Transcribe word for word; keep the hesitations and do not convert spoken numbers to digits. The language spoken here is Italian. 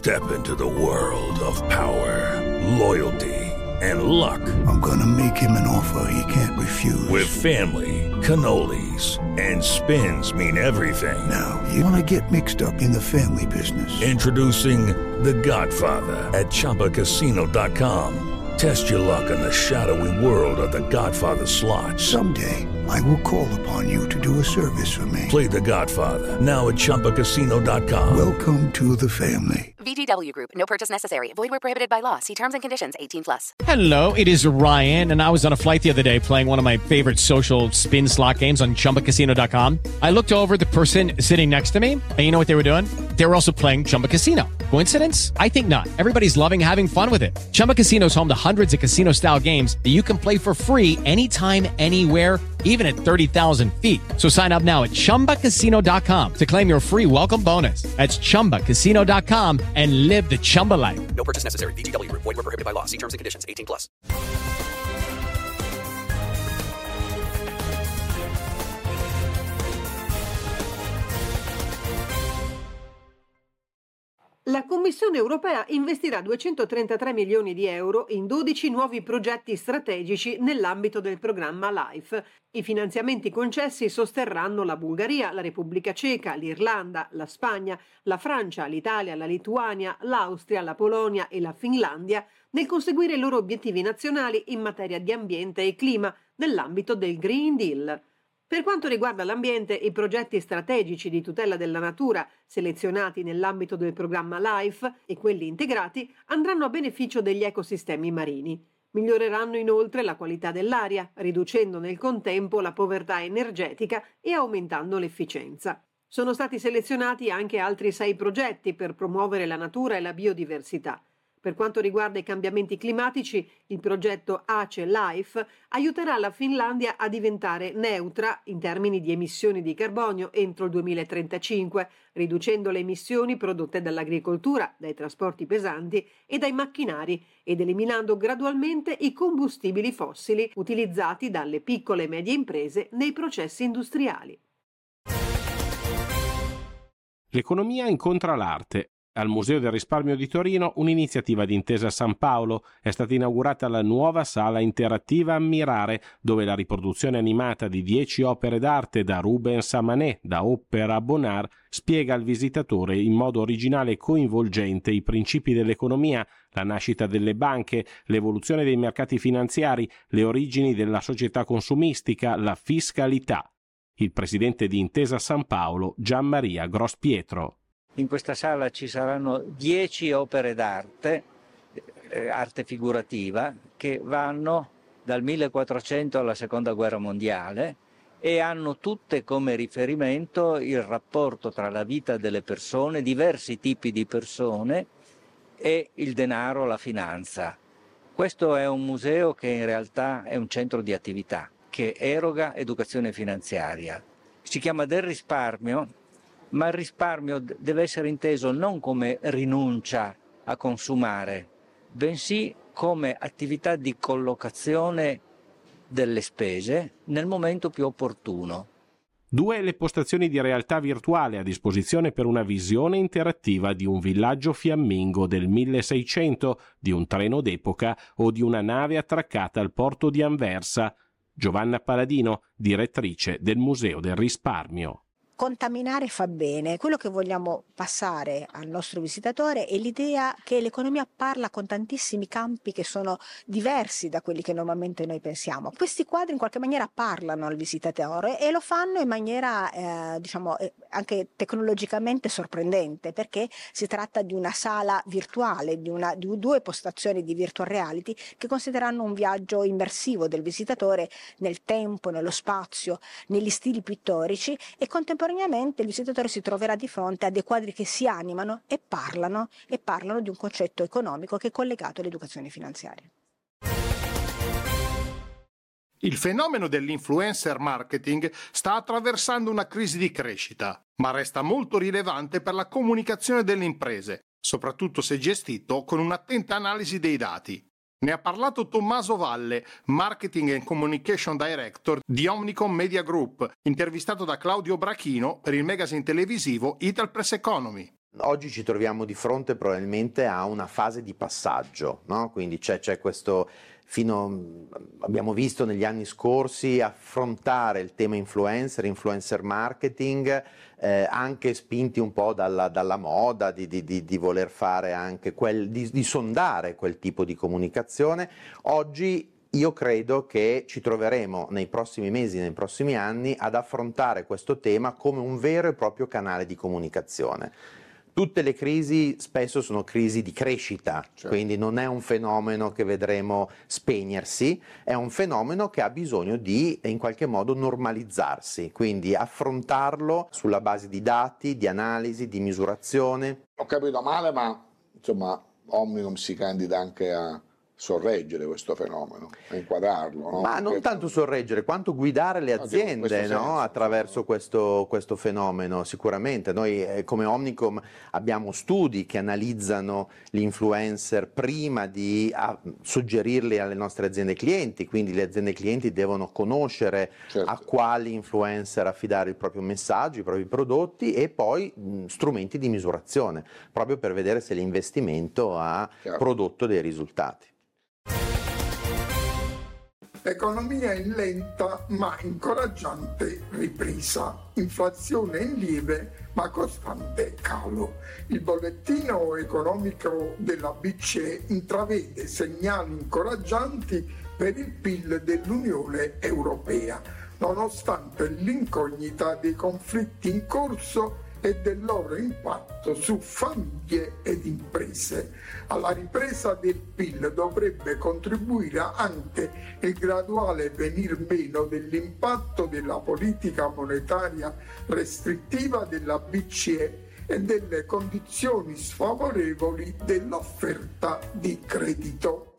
Step into the world of power, loyalty, and luck. I'm gonna make him an offer he can't refuse. With family, cannolis, and spins mean everything. Now, you wanna get mixed up in the family business. Introducing The Godfather at Chumba Casino dot com. Test your luck in the shadowy world of The Godfather slot. Someday, I will call upon you to do a service for me. Play The Godfather, now at Chumba Casino dot com. Welcome to the family. V G W Group. No purchase necessary. Void where prohibited by law. See terms and conditions. eighteen plus. Hello, it is Ryan, and I was on a flight the other day playing one of my favorite social spin slot games on Chumba Casino dot com. I looked over at the person sitting next to me, and you know what they were doing? They were also playing Chumba Casino. Coincidence? I think not. Everybody's loving having fun with it. Chumba Casino is home to hundreds of casino-style games that you can play for free anytime, anywhere, even at thirty thousand feet. So sign up now at Chumba Casino dot com to claim your free welcome bonus. That's Chumba Casino dot com and live the Chumba life. No purchase necessary. V G W Group. Void where prohibited by law. See terms and conditions. eighteen plus. La Commissione europea investirà duecentotrentatré milioni di euro in dodici nuovi progetti strategici nell'ambito del programma LIFE. I finanziamenti concessi sosterranno la Bulgaria, la Repubblica Ceca, l'Irlanda, la Spagna, la Francia, l'Italia, la Lituania, l'Austria, la Polonia e la Finlandia nel conseguire i loro obiettivi nazionali in materia di ambiente e clima nell'ambito del Green Deal. Per quanto riguarda l'ambiente, i progetti strategici di tutela della natura selezionati nell'ambito del programma LIFE e quelli integrati andranno a beneficio degli ecosistemi marini. Miglioreranno inoltre la qualità dell'aria, riducendo nel contempo la povertà energetica e aumentando l'efficienza. Sono stati selezionati anche altri sei progetti per promuovere la natura e la biodiversità. Per quanto riguarda i cambiamenti climatici, il progetto ACE LIFE aiuterà la Finlandia a diventare neutra in termini di emissioni di carbonio entro il duemilatrentacinque, riducendo le emissioni prodotte dall'agricoltura, dai trasporti pesanti e dai macchinari ed eliminando gradualmente i combustibili fossili utilizzati dalle piccole e medie imprese nei processi industriali. L'economia incontra l'arte. Al Museo del Risparmio di Torino, un'iniziativa di Intesa San Paolo, è stata inaugurata la nuova sala interattiva Ammirare, dove la riproduzione animata di dieci opere d'arte da Rubens a Manet, da Opera a Bonnard, spiega al visitatore in modo originale e coinvolgente i principi dell'economia, la nascita delle banche, l'evoluzione dei mercati finanziari, le origini della società consumistica, la fiscalità. Il presidente di Intesa San Paolo, Gianmaria Grospietro. In questa sala ci saranno dieci opere d'arte, eh, arte figurativa, che vanno dal millequattrocento alla Seconda Guerra Mondiale e hanno tutte come riferimento il rapporto tra la vita delle persone, diversi tipi di persone, e il denaro, la finanza. Questo è un museo che in realtà è un centro di attività, che eroga educazione finanziaria. Si chiama del risparmio, ma il risparmio deve essere inteso non come rinuncia a consumare, bensì come attività di collocazione delle spese nel momento più opportuno. Due le postazioni di realtà virtuale a disposizione per una visione interattiva di un villaggio fiammingo del milleseicento, di un treno d'epoca o di una nave attraccata al porto di Anversa. Giovanna Paladino, direttrice del Museo del Risparmio. Contaminare fa bene. Quello che vogliamo passare al nostro visitatore è l'idea che l'economia parla con tantissimi campi che sono diversi da quelli che normalmente noi pensiamo. Questi quadri in qualche maniera parlano al visitatore e lo fanno in maniera eh, diciamo anche tecnologicamente sorprendente, perché si tratta di una sala virtuale, di, una, di due postazioni di virtual reality che considereranno un viaggio immersivo del visitatore nel tempo, nello spazio, negli stili pittorici, e contemporaneamente il visitatore si troverà di fronte a dei quadri che si animano e parlano e parlano di un concetto economico che è collegato all'educazione finanziaria. Il fenomeno dell'influencer marketing sta attraversando una crisi di crescita, ma resta molto rilevante per la comunicazione delle imprese, soprattutto se gestito con un'attenta analisi dei dati. Ne ha parlato Tommaso Valle, Marketing and Communication Director di Omnicom Media Group, intervistato da Claudio Brachino per il magazine televisivo Italpress Economy. Oggi ci troviamo di fronte probabilmente a una fase di passaggio, no? Quindi c'è, c'è questo, fino, abbiamo visto negli anni scorsi affrontare il tema influencer, influencer marketing, eh, anche spinti un po' dalla, dalla moda, di, di, di, di voler fare anche quel, di, di sondare quel tipo di comunicazione. Oggi io credo che ci troveremo nei prossimi mesi, nei prossimi anni ad affrontare questo tema come un vero e proprio canale di comunicazione. Tutte le crisi spesso sono crisi di crescita, certo. Quindi non è un fenomeno che vedremo spegnersi, è un fenomeno che ha bisogno di in qualche modo normalizzarsi, quindi affrontarlo sulla base di dati, di analisi, di misurazione. Ho capito male, ma insomma Omnicom si candida anche a sorreggere questo fenomeno, a inquadrarlo. No? Ma non tanto sorreggere, quanto guidare le aziende, no, senso, no? attraverso no. Questo, questo fenomeno. Sicuramente noi eh, come Omnicom abbiamo studi che analizzano gli influencer prima di a, suggerirli alle nostre aziende clienti, quindi le aziende clienti devono conoscere certo. a quali influencer affidare il proprio messaggio, i propri prodotti e poi mh, strumenti di misurazione, proprio per vedere se l'investimento ha Chiaro. prodotto dei risultati. L'economia in lenta ma incoraggiante ripresa, inflazione in lieve ma costante calo. Il bollettino economico della B C E intravede segnali incoraggianti per il P I L dell'Unione Europea, nonostante l'incognita dei conflitti in corso e del loro impatto su famiglie ed imprese. Alla ripresa del P I L dovrebbe contribuire anche il graduale venir meno dell'impatto della politica monetaria restrittiva della B C E e delle condizioni sfavorevoli dell'offerta di credito.